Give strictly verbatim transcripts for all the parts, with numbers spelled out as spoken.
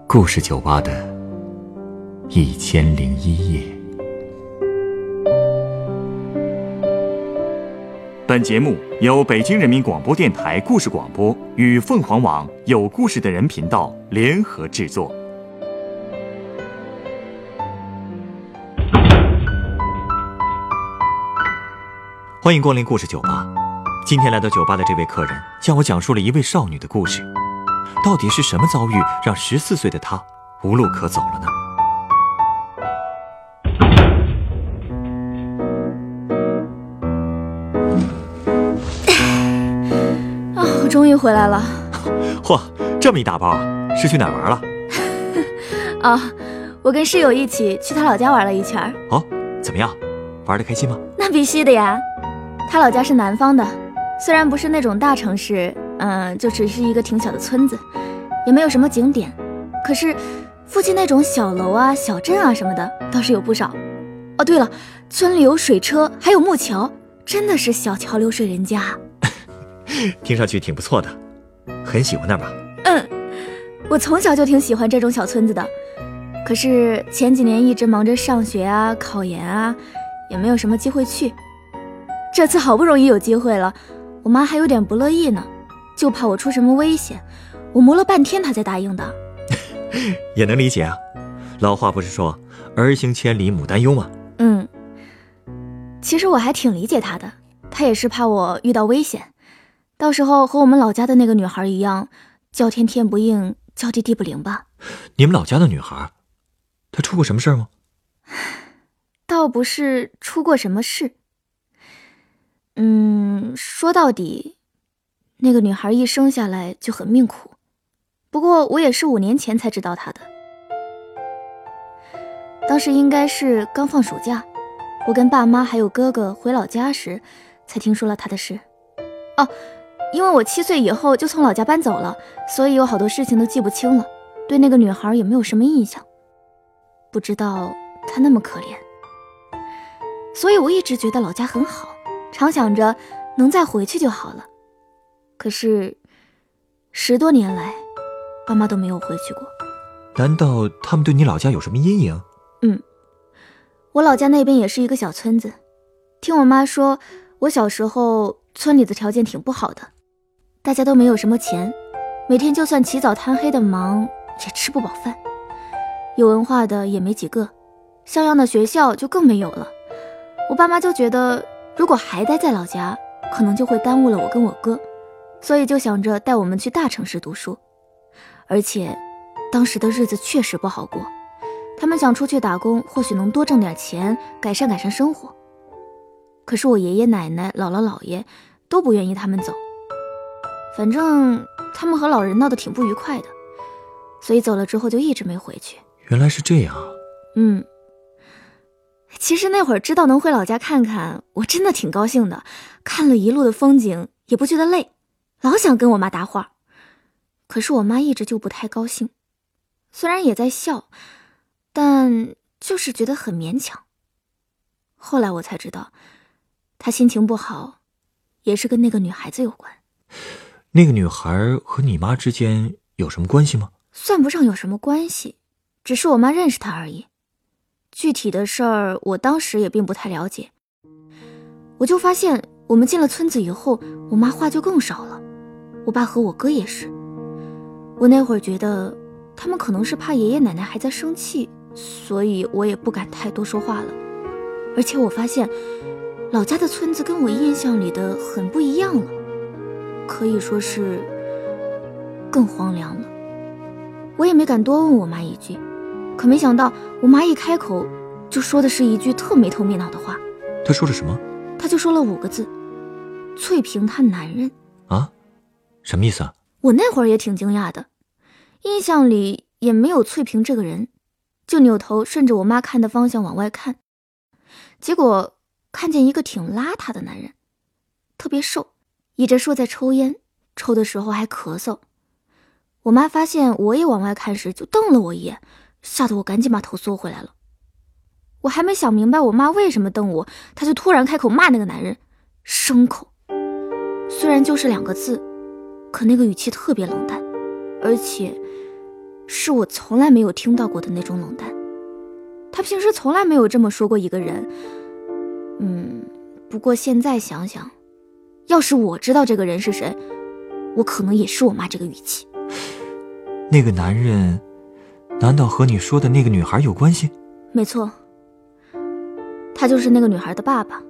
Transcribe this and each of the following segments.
故事酒吧的一千零一夜。本节目由北京人民广播电台故事广播与凤凰网有故事的人频道联合制作。欢迎光临故事酒吧。今天来到酒吧的这位客人向我讲述了一位少女的故事。到底是什么遭遇让十四岁的她无路可走了呢？ 哦，我终于回来了。 嚯，这么一大包啊，是去哪儿玩了？ 啊，我跟室友一起去他老家玩了一圈。 哦，怎么样？玩得开心吗？ 那必须的呀。他老家是南方的，虽然不是那种大城市，嗯，就只是一个挺小的村子，也没有什么景点，可是附近那种小楼啊、小镇啊什么的倒是有不少。哦，对了，村里有水车，还有木桥，真的是小桥流水人家。 听上去挺不错的，很喜欢那儿吧？ 嗯，我从小就挺喜欢这种小村子的，可是前几年一直忙着上学啊、考研啊，也没有什么机会去。这次好不容易有机会了，我妈还有点不乐意呢，就怕我出什么危险，我磨了半天她才答应的。 也能理解啊，老话不是说儿行千里母担忧吗？ 嗯，其实我还挺理解她的，她也是怕我遇到危险，到时候和我们老家的那个女孩一样，叫天天不应，叫地地不灵吧。 你们老家的女孩，她出过什么事吗？ 倒不是出过什么事，嗯，说到底，那个女孩一生下来就很命苦，不过我也是五年前才知道她的。当时应该是刚放暑假，我跟爸妈还有哥哥回老家时，才听说了她的事。哦，因为我七岁以后就从老家搬走了，所以有好多事情都记不清了，对那个女孩也没有什么印象，不知道她那么可怜，所以我一直觉得老家很好，常想着能再回去就好了。可是十多年来爸妈都没有回去过。 难道他们对你老家有什么阴影？ 嗯，我老家那边也是一个小村子，听我妈说，我小时候村里的条件挺不好的，大家都没有什么钱，每天就算起早贪黑的忙也吃不饱饭，有文化的也没几个，像样的学校就更没有了。我爸妈就觉得如果还待在老家，可能就会耽误了我跟我哥，所以就想着带我们去大城市读书。而且当时的日子确实不好过，他们想出去打工，或许能多挣点钱，改善改善生活。可是我爷爷奶奶、姥姥姥爷都不愿意他们走，反正他们和老人闹得挺不愉快的，所以走了之后就一直没回去。 原来是这样。 嗯，其实那会儿知道能回老家看看，我真的挺高兴的，看了一路的风景也不觉得累，老想跟我妈搭话。可是我妈一直就不太高兴，虽然也在笑，但就是觉得很勉强。后来我才知道，她心情不好也是跟那个女孩子有关。 那个女孩和你妈之间有什么关系吗？ 算不上有什么关系，只是我妈认识她而已。具体的事儿我当时也并不太了解，我就发现我们进了村子以后，我妈话就更少了，我爸和我哥也是。我那会儿觉得他们可能是怕爷爷奶奶还在生气，所以我也不敢太多说话了。而且我发现老家的村子跟我印象里的很不一样了，可以说是更荒凉了。我也没敢多问我妈一句，可没想到我妈一开口就说的是一句特没头没脑的话。 她说了什么？ 她就说了五个字：翠萍她男人。 啊？什么意思啊？ 我那会儿也挺惊讶的，印象里也没有翠萍这个人，就扭头顺着我妈看的方向往外看，结果看见一个挺邋遢的男人，特别瘦，倚着树在抽烟，抽的时候还咳嗽。我妈发现我也往外看时，就瞪了我一眼，吓得我赶紧把头缩回来了。我还没想明白我妈为什么瞪我，她就突然开口骂那个男人牲口。虽然就是两个字，可那个语气特别冷淡，而且是我从来没有听到过的那种冷淡。他平时从来没有这么说过一个人。嗯，不过现在想想，要是我知道这个人是谁，我可能也是我妈这个语气。 那个男人难道和你说的那个女孩有关系？ 没错，他就是那个女孩的爸爸。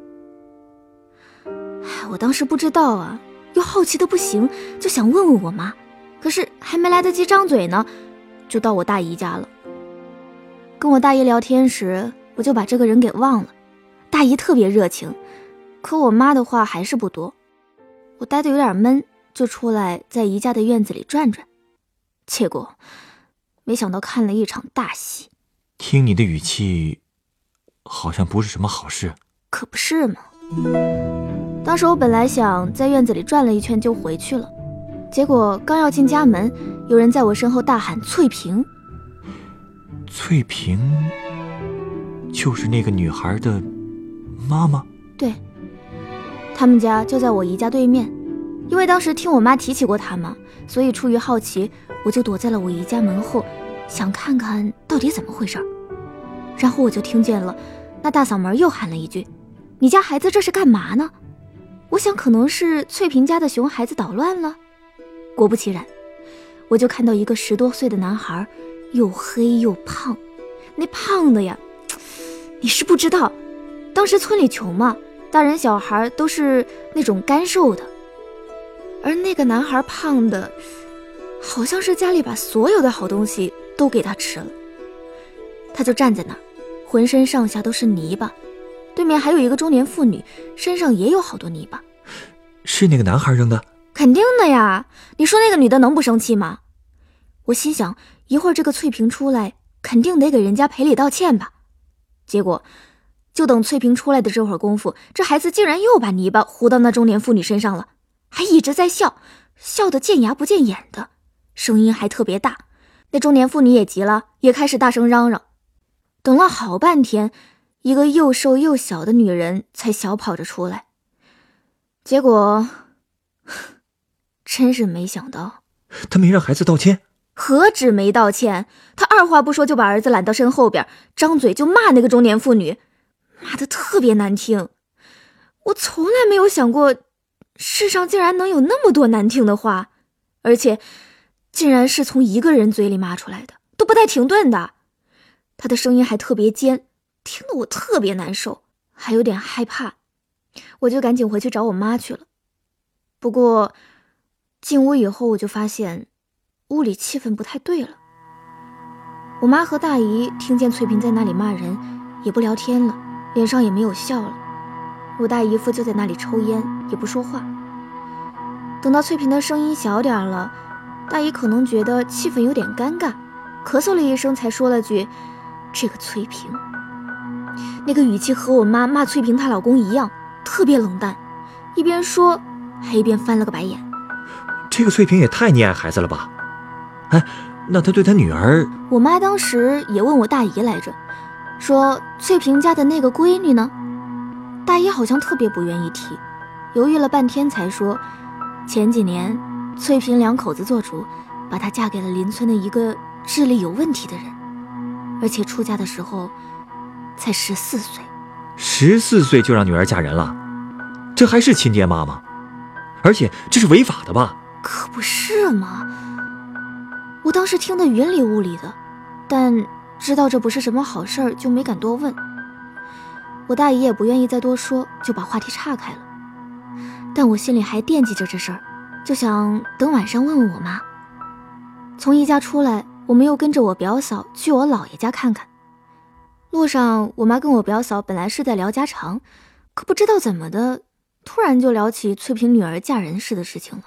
我当时不知道啊，又好奇的不行，就想问问我妈，可是还没来得及张嘴呢，就到我大姨家了。跟我大姨聊天时，我就把这个人给忘了。大姨特别热情，可我妈的话还是不多。我待得有点闷，就出来在姨家的院子里转转。结果没想到看了一场大戏。 听你的语气好像不是什么好事。 可不是嘛。当时我本来想在院子里转了一圈就回去了，结果刚要进家门，有人在我身后大喊翠萍。 翠萍就是那个女孩的妈妈？ 对，他们家就在我姨家对面。因为当时听我妈提起过他嘛，所以出于好奇，我就躲在了我姨家门后，想看看到底怎么回事。然后我就听见了那大嗓门又喊了一句：你家孩子这是干嘛呢？我想可能是翠萍家的熊孩子捣乱了。果不其然，我就看到一个十多岁的男孩，又黑又胖。那胖的呀，你是不知道，当时村里穷嘛，大人小孩都是那种干瘦的，而那个男孩胖的好像是家里把所有的好东西都给他吃了。他就站在那儿，浑身上下都是泥巴，对面还有一个中年妇女，身上也有好多泥巴。 是那个男孩扔的？ 肯定的呀，你说那个女的能不生气吗？我心想，一会儿这个翠萍出来，肯定得给人家赔礼道歉吧。结果就等翠萍出来的这会儿功夫，这孩子竟然又把泥巴糊到那中年妇女身上了，还一直在笑，笑得见牙不见眼的，声音还特别大。那中年妇女也急了，也开始大声嚷嚷。等了好半天，一个又瘦又小的女人才小跑着出来。结果真是没想到， 他没让孩子道歉？ 何止没道歉，他二话不说就把儿子揽到身后边，张嘴就骂那个中年妇女，骂得特别难听。我从来没有想过世上竟然能有那么多难听的话，而且竟然是从一个人嘴里骂出来的，都不带停顿的。他的声音还特别尖，听得我特别难受，还有点害怕。我就赶紧回去找我妈去了。不过进屋以后，我就发现屋里气氛不太对了。我妈和大姨听见翠萍在那里骂人，也不聊天了，脸上也没有笑了。我大姨夫就在那里抽烟，也不说话。等到翠萍的声音小点了，大姨可能觉得气氛有点尴尬，咳嗽了一声才说了句：这个翠萍。那个语气和我妈骂翠萍她老公一样，特别冷淡，一边说还一边翻了个白眼。 这个翠萍也太溺爱孩子了吧？哎，那她对她女儿…… 我妈当时也问我大姨来着，说翠萍家的那个闺女呢？大姨好像特别不愿意提，犹豫了半天才说，前几年翠萍两口子做主，把她嫁给了邻村的一个智力有问题的人，而且出嫁的时候才十四岁。 十四岁就让女儿嫁人了，这还是亲爹妈吗？而且这是违法的吧？ 可不是嘛！我当时听得云里雾里的，但知道这不是什么好事儿，就没敢多问。我大姨也不愿意再多说，就把话题岔开了。但我心里还惦记着这事儿，就想等晚上问问我妈。从姨家出来，我们又跟着我表嫂去我姥爷家看看。路上，我妈跟我表嫂本来是在聊家常，可不知道怎么的，突然就聊起翠萍女儿嫁人时的事情了。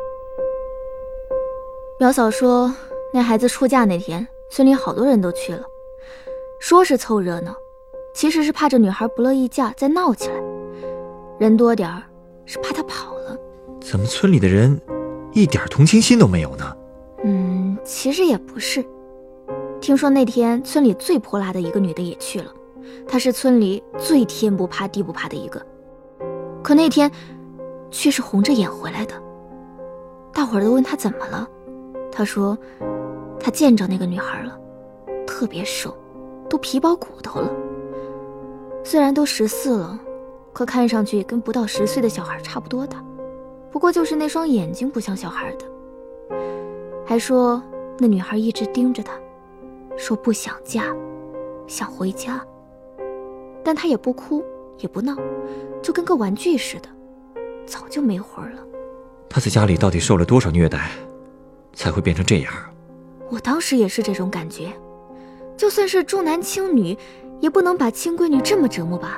表嫂说，那孩子出嫁那天，村里好多人都去了，说是凑热闹，其实是怕这女孩不乐意嫁再闹起来，人多点儿是怕她跑了。 怎么村里的人一点同情心都没有呢？ 嗯，其实也不是。听说那天村里最泼辣的一个女的也去了，她是村里最天不怕地不怕的一个，可那天却是红着眼回来的。大伙儿都问她怎么了，她说他见着那个女孩了，特别瘦，都皮包骨头了。虽然都十四了，可看上去跟不到十岁的小孩差不多大，不过就是那双眼睛不像小孩的。还说那女孩一直盯着他，说不想嫁，想回家。但他也不哭也不闹，就跟个玩具似的，早就没魂了。 他在家里到底受了多少虐待，才会变成这样？ 我当时也是这种感觉，就算是重男轻女，也不能把亲闺女这么折磨吧。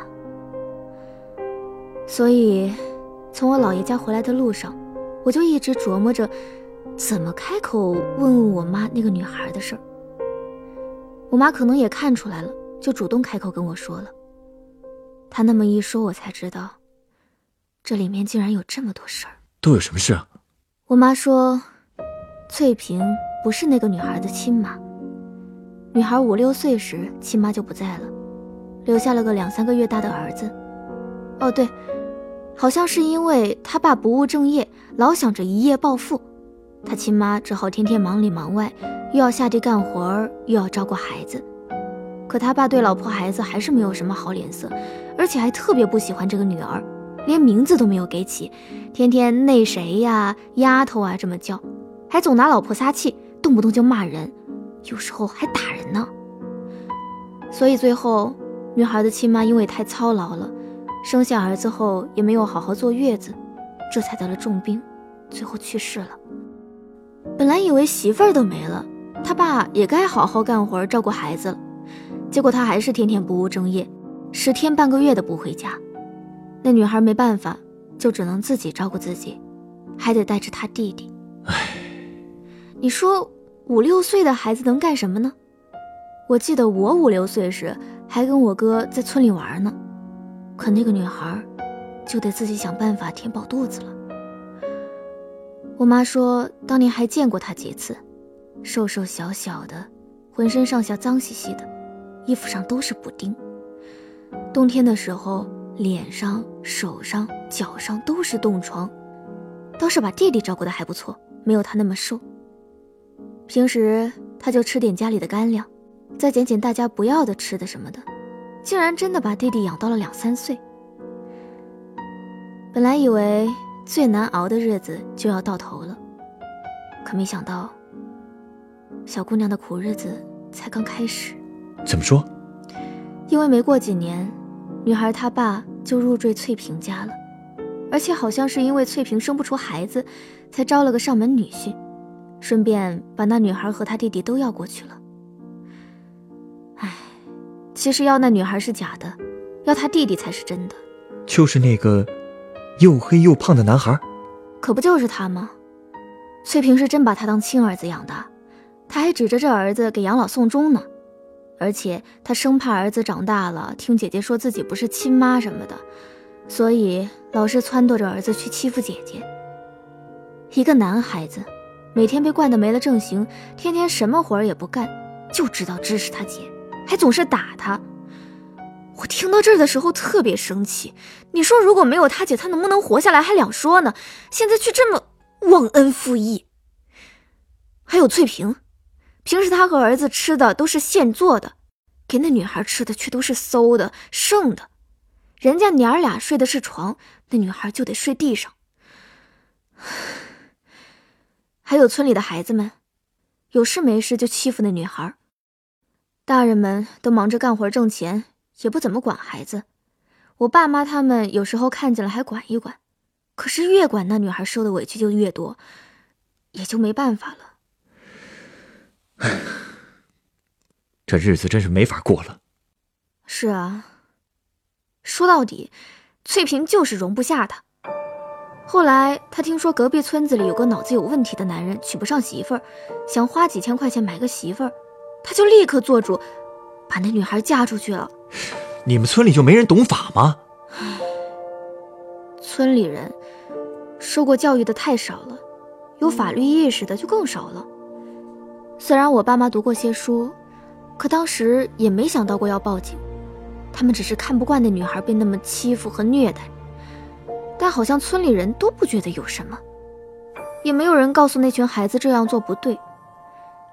所以从我姥爷家回来的路上，我就一直琢磨着怎么开口问问我妈那个女孩的事儿。我妈可能也看出来了，就主动开口跟我说了。她那么一说，我才知道这里面竟然有这么多事儿。 都有什么事啊？ 我妈说翠萍不是那个女孩的亲妈，女孩五六岁时亲妈就不在了，留下了个两三个月大的儿子。哦对，好像是因为他爸不务正业，老想着一夜暴富，他亲妈只好天天忙里忙外，又要下地干活，又要照顾孩子。可他爸对老婆孩子还是没有什么好脸色，而且还特别不喜欢这个女儿，连名字都没有给起，天天那谁呀丫头啊这么叫，还总拿老婆撒气，动不动就骂人，有时候还打人呢。所以最后女孩的亲妈因为太操劳了，生下儿子后也没有好好坐月子，这才得了重病，最后去世了。本来以为媳妇儿都没了，他爸也该好好干活照顾孩子了，结果他还是天天不务正业，十天半个月的不回家。那女孩没办法，就只能自己照顾自己，还得带着他弟弟。 唉， 你说五六岁的孩子能干什么呢？我记得我五六岁时还跟我哥在村里玩呢，可那个女孩就得自己想办法填饱肚子了。我妈说当年还见过她几次，瘦瘦小小的，浑身上下脏兮兮的，衣服上都是补丁。冬天的时候脸上手上脚上都是冻疮，倒是把弟弟照顾得还不错，没有他那么瘦。平时他就吃点家里的干粮，再捡捡大家不要的吃的什么的，竟然真的把弟弟养到了两三岁。本来以为最难熬的日子就要到头了，可没想到小姑娘的苦日子才刚开始。 怎么说？ 因为没过几年，女孩她爸就入赘翠萍家了，而且好像是因为翠萍生不出孩子，才招了个上门女婿，顺便把那女孩和她弟弟都要过去了。唉，其实要那女孩是假的，要她弟弟才是真的。 就是那个又黑又胖的男孩？ 可不就是他吗？翠萍是真把他当亲儿子养的，他还指着这儿子给养老送终呢。而且他生怕儿子长大了听姐姐说自己不是亲妈什么的，所以老是撺掇着儿子去欺负姐姐。一个男孩子每天被惯得没了正形，天天什么活儿也不干，就知道支持他姐，还总是打他。我听到这儿的时候特别生气，你说如果没有他姐他能不能活下来还两说呢，现在却这么忘恩负义。还有翠萍，平时他和儿子吃的都是现做的，给那女孩吃的却都是馊的剩的，人家娘儿俩睡的是床，那女孩就得睡地上。还有村里的孩子们，有事没事就欺负那女孩，大人们都忙着干活挣钱，也不怎么管孩子。我爸妈他们有时候看见了还管一管，可是越管那女孩受的委屈就越多，也就没办法了。 唉，这日子真是没法过了。 是啊，说到底翠萍就是容不下他。后来他听说隔壁村子里有个脑子有问题的男人娶不上媳妇儿，想花几千块钱买个媳妇儿，他就立刻做主把那女孩嫁出去了。 你们村里就没人懂法吗？ 村里人受过教育的太少了，有法律意识的就更少了。虽然我爸妈读过些书，可当时也没想到过要报警，他们只是看不惯那女孩被那么欺负和虐待，但好像村里人都不觉得有什么，也没有人告诉那群孩子这样做不对。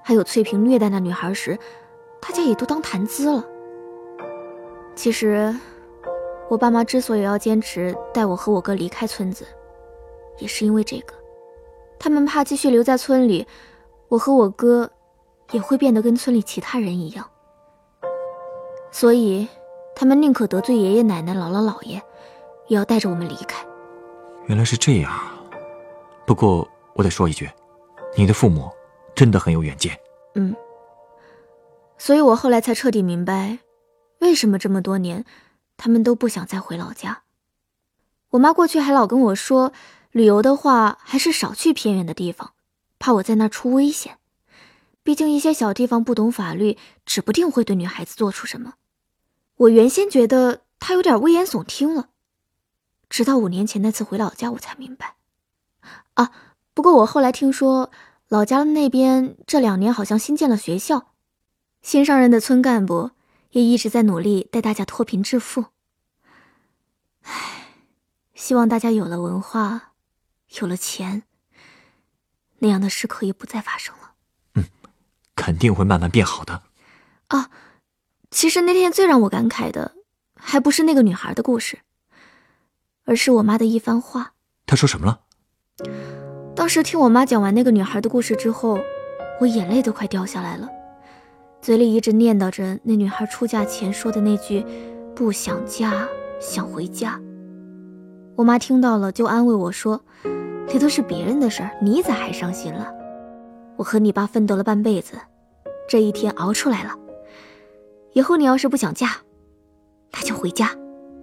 还有翠萍虐待那女孩时，大家也都当谈资了。其实我爸妈之所以要坚持带我和我哥离开村子，也是因为这个。他们怕继续留在村里，我和我哥也会变得跟村里其他人一样，所以他们宁可得罪爷爷奶奶姥姥姥爷，也要带着我们离开。 原来是这样啊。不过我得说一句，你的父母真的很有远见。 嗯，所以我后来才彻底明白，为什么这么多年他们都不想再回老家。我妈过去还老跟我说，旅游的话还是少去偏远的地方，怕我在那儿出危险。毕竟一些小地方不懂法律，指不定会对女孩子做出什么。我原先觉得她有点危言耸听了，直到五年前那次回老家我才明白。啊，不过我后来听说老家那边这两年好像新建了学校，新上任的村干部也一直在努力带大家脱贫致富。唉，希望大家有了文化，有了钱，那样的事可以不再发生了。 嗯，肯定会慢慢变好的。 啊，其实那天最让我感慨的，还不是那个女孩的故事，而是我妈的一番话。 她说什么了？ 当时听我妈讲完那个女孩的故事之后，我眼泪都快掉下来了，嘴里一直念叨着那女孩出嫁前说的那句不想家，想回家。我妈听到了就安慰我说，这都是别人的事儿，你咋还伤心了？我和你爸奋斗了半辈子，这一天熬出来了，以后你要是不想嫁，那就回家。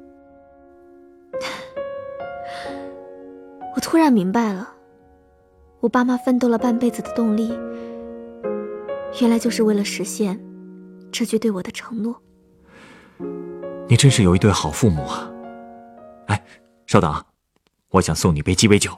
我突然明白了，我爸妈奋斗了半辈子的动力，原来就是为了实现这句对我的承诺。 你真是有一对好父母啊！哎，稍等啊，我想送你杯鸡尾酒。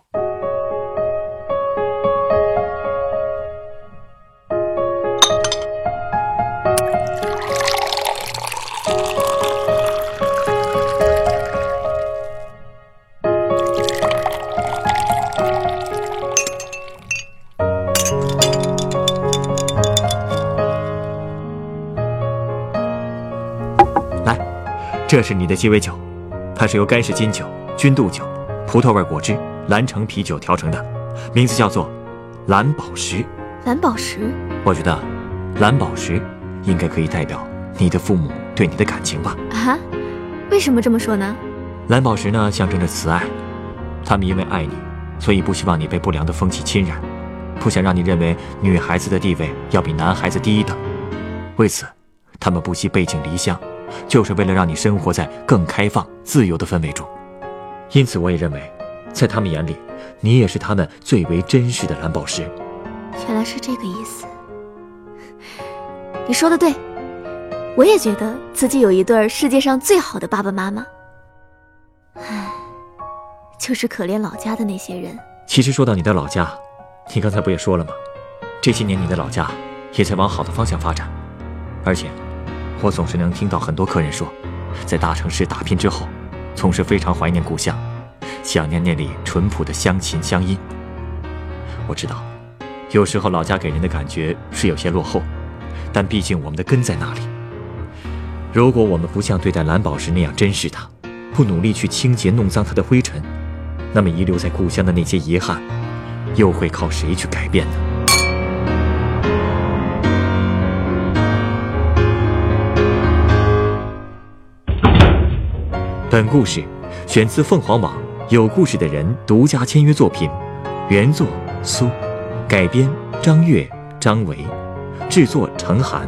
这是你的鸡尾酒，它是由干式金酒、君度酒、葡萄味果汁、蓝橙啤酒调成的，名字叫做蓝宝石。 蓝宝石？ 我觉得蓝宝石应该可以代表你的父母对你的感情吧。 啊？为什么这么说呢？ 蓝宝石呢，象征着慈爱，他们因为爱你，所以不希望你被不良的风气侵染，不想让你认为女孩子的地位要比男孩子低一等，为此他们不惜背井离乡，就是为了让你生活在更开放自由的氛围中。因此我也认为，在他们眼里，你也是他们最为珍视的蓝宝石。 原来是这个意思。你说的对，我也觉得自己有一对世界上最好的爸爸妈妈。唉，就是可怜老家的那些人。 其实说到你的老家，你刚才不也说了吗？这些年你的老家也在往好的方向发展，而且我总是能听到很多客人说，在大城市打拼之后，总是非常怀念故乡，想念那里淳朴的乡亲乡音。我知道，有时候老家给人的感觉是有些落后，但毕竟我们的根在那里。如果我们不像对待蓝宝石那样珍视它，不努力去清洁弄脏它的灰尘，那么遗留在故乡的那些遗憾，又会靠谁去改变呢？本故事选自凤凰网有故事的人独家签约作品，原作苏，改编张悦、张维，制作程涵，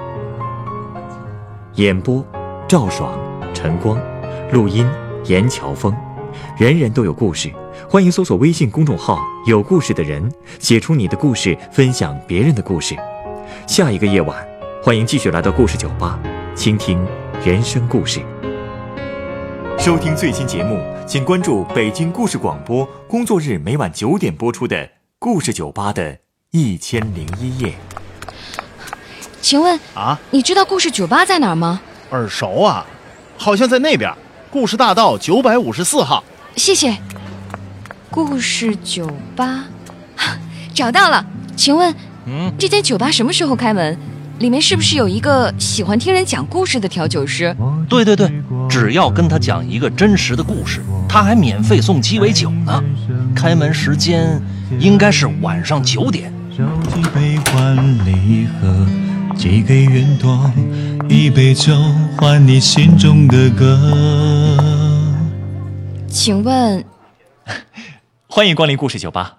演播赵爽、陈光，录音严乔峰。人人都有故事，欢迎搜索微信公众号有故事的人，写出你的故事，分享别人的故事。下一个夜晚，欢迎继续来到故事酒吧，倾听人生故事。收听最新节目，请关注北京故事广播，工作日每晚九点播出的故事酒吧的一千零一夜。 请问啊， 你知道故事酒吧在哪儿吗？ 耳熟啊，好像在那边，故事大道九百五十四号。 谢谢。故事酒吧，找到了。请问嗯， 这间酒吧什么时候开门？里面是不是有一个喜欢听人讲故事的调酒师？ 对对对，只要跟他讲一个真实的故事，他还免费送鸡尾酒呢。开门时间应该是晚上九点。 烧几杯换礼盒，寄给远方，一杯酒换你心中的歌。 请问， 欢迎光临故事酒吧。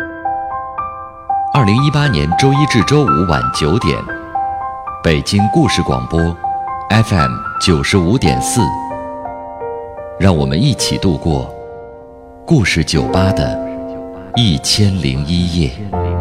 二零一八年周一至周五晚九点，北京故事广播 F M 九十五点四，让我们一起度过故事酒吧的一千零一夜。